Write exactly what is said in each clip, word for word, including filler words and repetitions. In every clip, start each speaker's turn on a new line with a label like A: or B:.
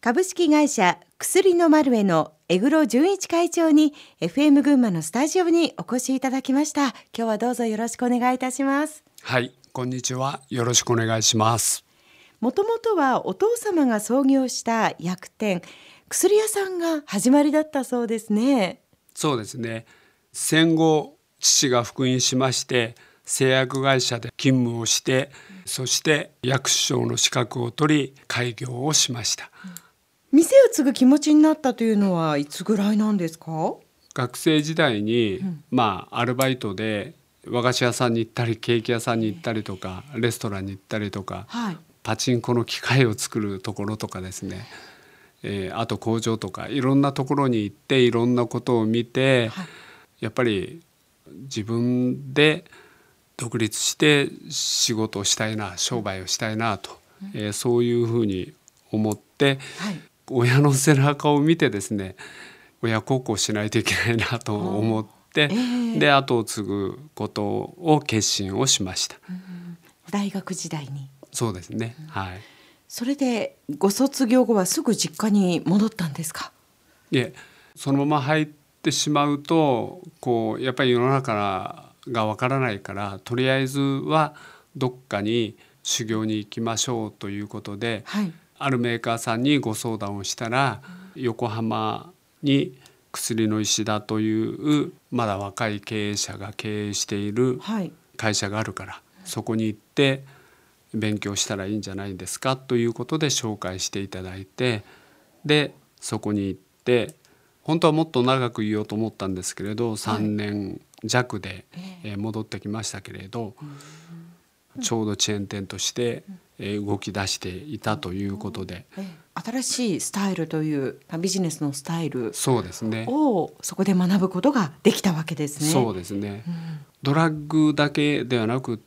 A: 株式会社薬のマルエの江黒純一会長に エフエム 群馬のスタジオにお越しいただきました。今日はどうぞよろしくお願いいたします。
B: はい、こんにちは。よろしくお願いします。
A: もともとはお父様が創業した薬店、薬屋さんが始まりだったそうですね。
B: そうですね。戦後父が復員しまして製薬会社で勤務をして、そして薬師長の資格を取り開業をしました。
A: 店を継ぐ気持ちになったというのはいつぐらいなんですか？
B: 学生時代に、うん、まあアルバイトで和菓子屋さんに行ったりケーキ屋さんに行ったりとか、えー、レストランに行ったりとか、はい、パチンコの機械を作るところとかですね、えー、あと工場とかいろんなところに行っていろんなことを見て、はい、やっぱり自分で独立して仕事をしたいな、商売をしたいなと、うんえー、そういうふうに思って、はい、親の背中を見てですね、親孝行しないといけないなと思って、えー、で後を継ぐことを決心をしました。うん、
A: 大学時代に。
B: そうですね、うん、はい。
A: それでご卒業後はすぐ実家に戻ったんですか？
B: いえ、そのまま入ってしまうとこうやっぱり世の中がわからないから、とりあえずはどっかに修行に行きましょうということで、はい、あるメーカーさんにご相談をしたら、うん、横浜に薬の石田というまだ若い経営者が経営している会社があるから、はい、そこに行って勉強したらいいんじゃないですかということで紹介していただいて、でそこに行って本当はもっと長くいようと思ったんですけれど、さんねん弱で戻ってきましたけれど、ちょうどチェーン店として動き出していたということで、
A: 新しいスタイルというビジネスのスタイルを
B: そうですね、
A: そこで学ぶことができたわけですね。
B: そうですね、うん、ドラッグだけではなくって、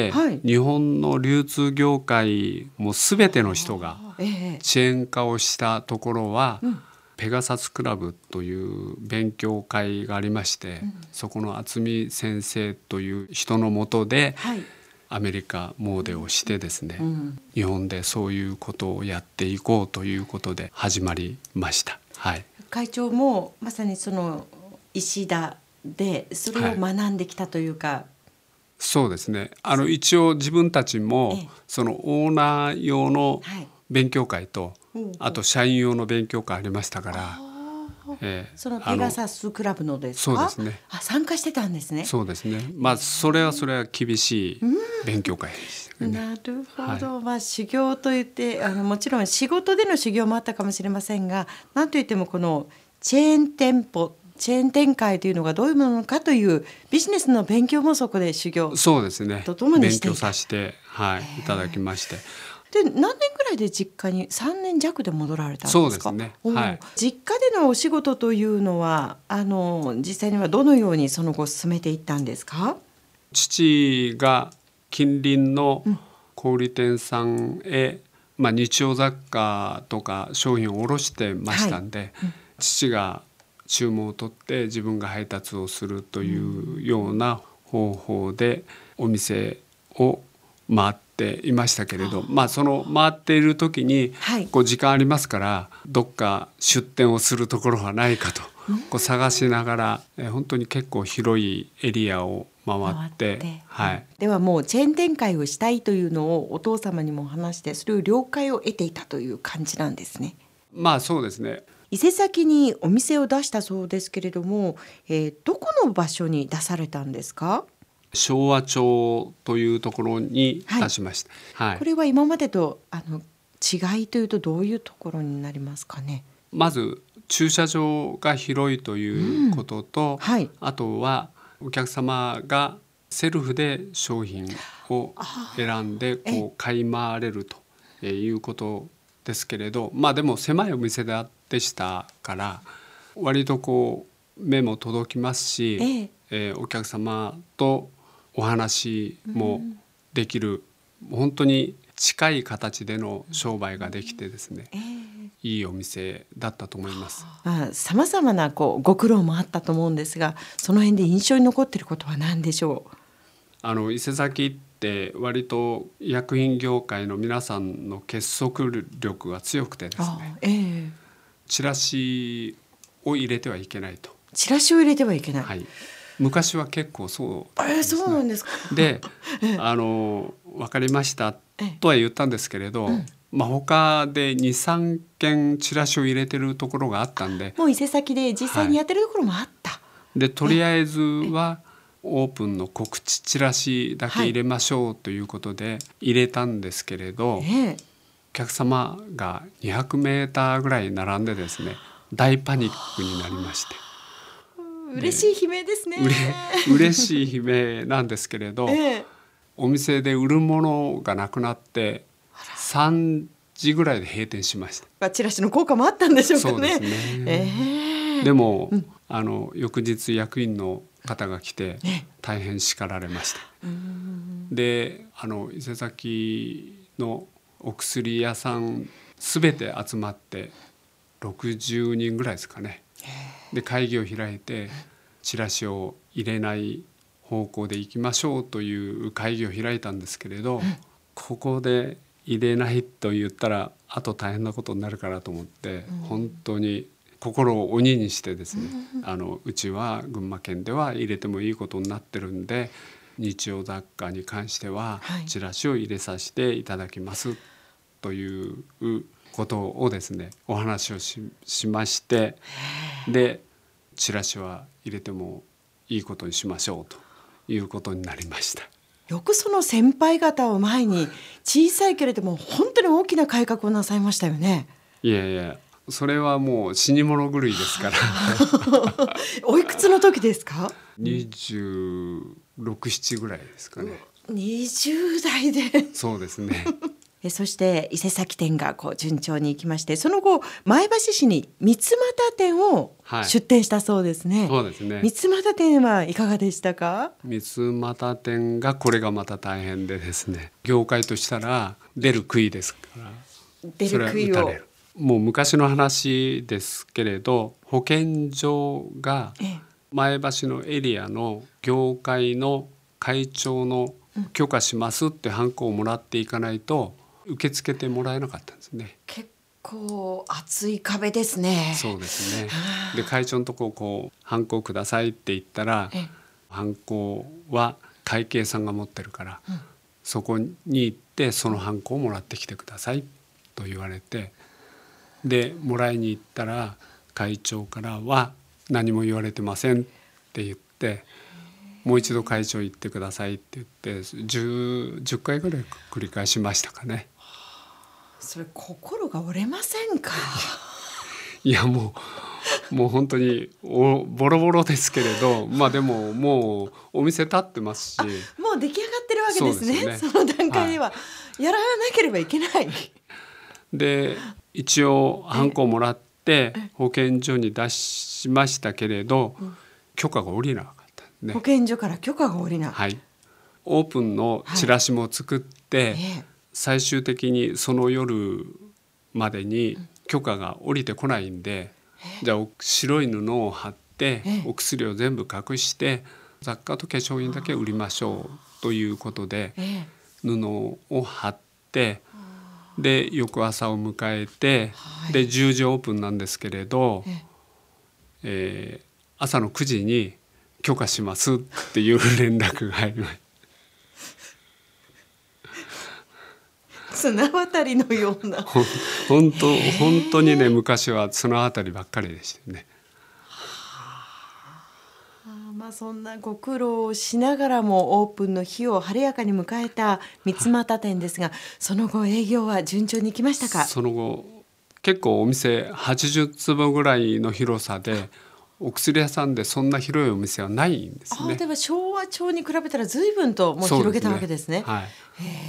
B: はい、日本の流通業界も全ての人がチェーン化をしたところは、ええうん、ペガサスクラブという勉強会がありまして、うん、そこの渥美先生という人の下で、はい、アメリカ詣でをしてですね、うん、日本でそういうことをやっていこうということで始まりました。はい、会
A: 長もまさにその石田でそれを学んできたというか、はい、
B: そうですね。あの一応自分たちもそのオーナー用の勉強会と、はい、あと社員用の勉強会ありましたから、
A: えー、そのペガサスクラブのですか？
B: そうですね。
A: あ、参加してたんですね。
B: そうですね。まあそれはそれは厳しい勉強会でしたね。
A: なるほど。はい、まあ修行といってあのもちろん仕事での修行もあったかもしれませんが、なんといってもこのチェーン店舗チェーン展開というのがどういうものかというビジネスの勉強もそこで修行
B: そうですね
A: とともにしていた。
B: 勉強させて、はい、いただきまして、
A: で何年ぐらいで実家にさんねん弱で戻られたんですか？
B: そうですね、はい、
A: 実家でのお仕事というのはあの実際にはどのようにその後進めていったんですか？
B: 父が近隣の小売店さんへ、うんまあ、日用雑貨とか商品を卸してましたんで、はいうん、父が注文を取って自分が配達をするというような方法でお店を回っていましたけれど、まあその回っている時にこう時間ありますからどっか出店をするところはないかとこう探しながら、え本当に結構広いエリアを回って、
A: 回ってはい、ではもうチェーン展開をしたいというのをお父様にも話してそれを了解を得ていたという感じなんですね。
B: まあそうですね。
A: 伊勢崎にお店を出したそうですけれども、えー、どこの場所に出されたんですか？
B: 昭和町というところに出しました。
A: はいはい、これは今までとあの違いというとどういうところになりますかね？
B: まず駐車場が広いということと、うんはい、あとはお客様がセルフで商品を選んでこう買い回れるということですけれど、まあでも狭いお店でしたから割とこう目も届きますし、えええー、お客様とお話もできる、うん、本当に近い形での商売ができてですね、えー、いいお店だったと思います。
A: さまざまなこうご苦労もあったと思うんですが、その辺で印象に残っていることは何でしょう？
B: あの伊勢崎って割と薬品業界の皆さんの結束力が強くてですね、えーチラシを入れてはいけないと。
A: チラシを入れてはいけない。
B: はい、昔は結構そう
A: えー、そうなんですか。
B: で、あの分かりましたとは言ったんですけれど、
A: うん
B: まあ、他でにさんけんチラシを入れてるところがあったんで、
A: もう伊勢崎で実際にやってるところもあった。はい、
B: でとりあえずはオープンの告知チラシだけ入れましょうということで入れたんですけれど、
A: ええ、
B: お客様がにひゃくメーターぐらい並んでですね、大パニックになりまして、
A: 嬉しい悲鳴ですね。
B: うれ嬉しい悲鳴なんですけれど、
A: ええ、
B: お店で売るものがなくなってさんじぐらいで閉店しました。
A: チラシの効果もあったんでしょうかね。
B: そうですね、
A: えー、
B: でも、
A: うん、
B: あの翌日役員の方が来て大変叱られました。
A: うん、
B: であの伊勢崎のお薬屋さんすべて集まってろくじゅうにんぐらいですかね。で会議を開いてチラシを入れない方向でいきましょうという会議を開いたんですけれど、うん、ここで入れないと言ったらあと大変なことになるからと思って、うん、本当に心を鬼にしてですね、うん、あのうちは群馬県では入れてもいいことになってるんで日用雑貨に関してはチラシを入れさせていただきますということをですねお話を し, しましてでチラシは入れてもいいことにしましょうということになりました。
A: よくその先輩方を前に小さいけれども本当に大きな改革をなさいましたよね。
B: いやいやそれはもう死に物狂いですから
A: おいくつの時ですか？
B: にじゅうろく、ななぐらいですかね。
A: にじゅう代で
B: そうですね
A: そして伊勢崎店がこう順調にいきまして、その後前橋市に三俣店を出店したそうですね。
B: はい、そうですね。
A: 三俣店はいかがでしたか？
B: 三俣店がこれがまた大変でですね、業界としたら出る杭ですから
A: 出る杭を
B: もう昔の話ですけれど、保健所が前橋のエリアの業界の会長の許可しますってハンコをもらっていかないと受け付けてもらえなかったんですね。
A: 結構厚い壁ですね。
B: そうですね。で会長のとここうハンコくださいって言ったら、ハンコは会計さんが持ってるから、うん、そこに行ってそのハンコをもらってきてくださいと言われて、でもらいに行ったら会長からは何も言われてませんって言って、もう一度会長行ってくださいって言って 10, 10回ぐらい繰り返しましたかね。
A: それ心が折れませんか？
B: いやもうもう本当におボロボロですけれど、まあでももうお店立ってますし、
A: もう出来上がってるわけですね。 そ, ですね、その段階では、はい、やらなければいけない。
B: で一応ハンコをもらって保健所に出しましたけれど、許可が下りなかったね。
A: 保健所から許可が下りない。
B: はい、オープンのチラシも作って、はい、最終的にその夜までに許可が下りてこないんで、じゃあ白い布を貼ってお薬を全部隠して雑貨と化粧品だけ売りましょうということで布を貼って、で翌朝を迎えて、でじゅうじオープンなんですけれど、えー、朝のくじに許可しますっていう連絡が入りました。
A: 綱渡りのような
B: 本当本当にね、昔は綱渡りばっかりでしたね。
A: あ、まあ、そんなご苦労をしながらもオープンの日を晴れやかに迎えた三俣店ですが、その後営業は順調にいきましたか？
B: その後結構お店はちじゅうつぼぐらいの広さで、お薬屋さんでそんな広いお店はないんですね。
A: あ、でも昭和町に比べたら随分ともう広げたわけですね。
B: そうですね、はい、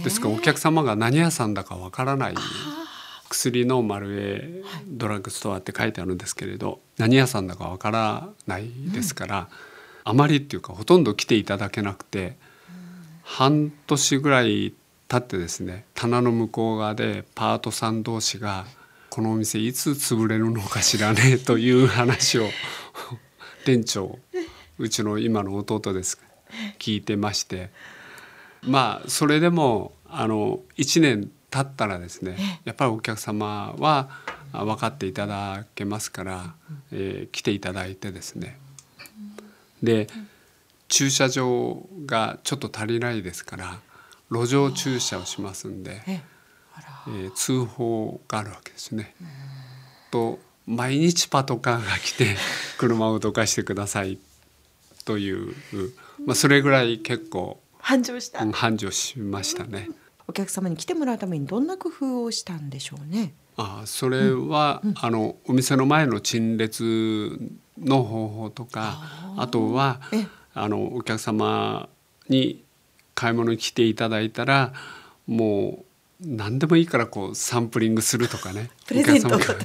B: ですからお客様が何屋さんだかわからない、薬の丸栄ドラッグストアって書いてあるんですけれど、何屋さんだかわからないですから、うん、あまりっていうかほとんど来ていただけなくて、うん、半年ぐらい経ってですね、棚の向こう側でパートさん同士がこのお店いつ潰れるのか知らねえという話を店長、うちの今の弟です聞いてまして、まあそれでもあのいちねん経ったらですね、やっぱりお客様は分かっていただけますから、えー、来ていただいてですね。で駐車場がちょっと足りないですから路上駐車をしますんで、えー、通報があるわけですね。と毎日パトカーが来て車をどかしてくださいという、まあ、それぐらい結構
A: 繁盛した、
B: うん、繁盛しましたね。
A: お客様に来てもらうためにどんな工夫をしたんでしょうね。
B: ああ、それは、うんうん、あのお店の前の陳列の方法とか、 あ, あとはあのお客様に買い物に来ていただいたらもう何でもいいからこうサンプリングするとかね
A: プレゼントとか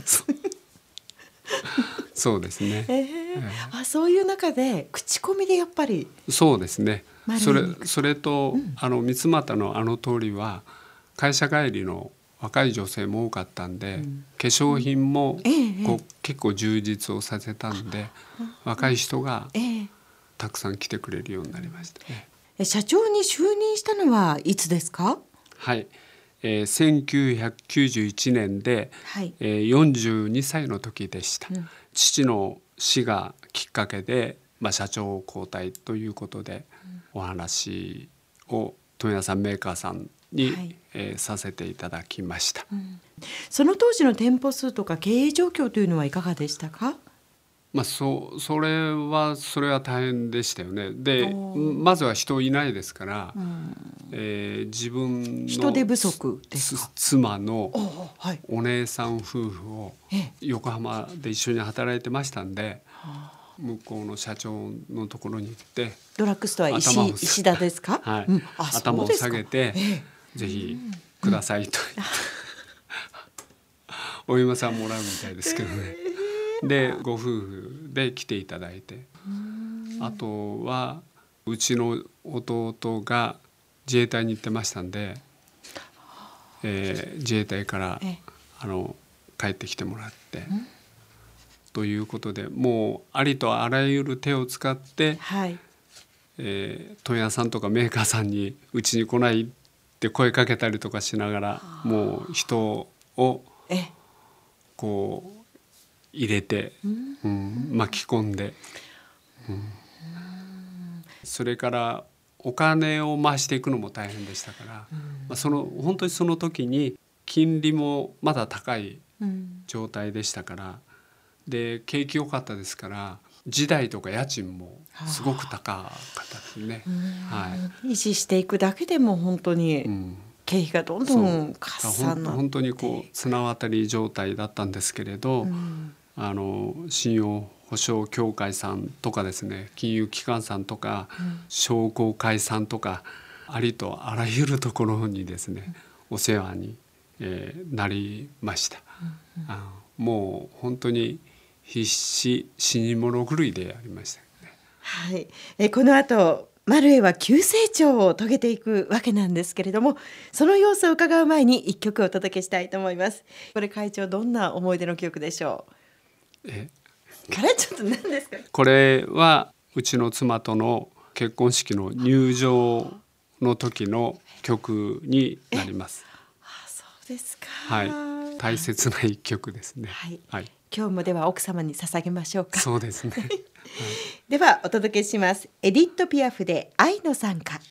B: そうですね、えー
A: えー、あそういう中で口コミでやっぱり
B: そうですね。それ、それと、うん、あの三俣のあの通りは会社帰りの若い女性も多かったんで、うん、化粧品もこう、えー、結構充実をさせたんで、えー、若い人がたくさん来てくれるようになりましたね。
A: えー、社長に就任したのはいつですか？
B: はい、えー、せんきゅうひゃくきゅうじゅういちねんで、はいえー、よんじゅうにさいの時でした、うん、父の死がきっかけで、まあ、社長交代ということで、うん、お話を問屋さんメーカーさんに、はいえー、させていただきました、うん、
A: その当時の店舗数とか経営状況というのはいかがでしたか？
B: まあ、そ, それはそれは大変でしたよね。でまずは人いないですから、うんえー、自分の
A: 人手不足ですか？
B: 妻のお姉さん夫婦を横浜で一緒に働いてましたんで、向こうの社長のところに行って
A: ドラッグストア 石, 石田ですか、
B: はいうん、頭を下げて、ええ、ぜひくださいと、うん、お嫁さんもらうみたいですけどね、えーでご夫婦で来ていただいて、あとはうちの弟が自衛隊に行ってましたんで、えー、自衛隊からあの帰ってきてもらってということでもうありとあらゆる手を使って、はいえー、問屋さんとかメーカーさんにうちに来ないって声かけたりとかしながらもう人をこう入れて、うん、巻き込んで、うん、それからお金を回していくのも大変でしたから、うんまあ、その本当にその時に金利もまだ高い状態でしたから、で景気良かったですから時代とか家賃もすごく高かったですね、
A: はい、維持していくだけでも本当に、うん経費がどんどんかさなって
B: 本当にこう綱渡り状態だったんですけれど、うん、あの信用保証協会さんとかですね金融機関さんとか、うん、商工会さんとかありとあらゆるところにですね、うん、お世話に、えー、なりました、うんうん、あもう本当に必死死に物狂いでありました、ね
A: はい、えこの後マルエは急成長を遂げていくわけなんですけれども、その様子を伺う前に一曲お届けしたいと思います。これ会長どんな思い出の曲でしょう？えあれちょっと何ですか？
B: これはうちの妻との結婚式の入場の時の曲になります。
A: あそうですか、
B: はい、大切な一曲ですね、
A: はいはい、今日もでは奥様に捧げましょうか。
B: そうですね、はい、
A: ではお届けします。エディット・ピアフで愛の賛歌。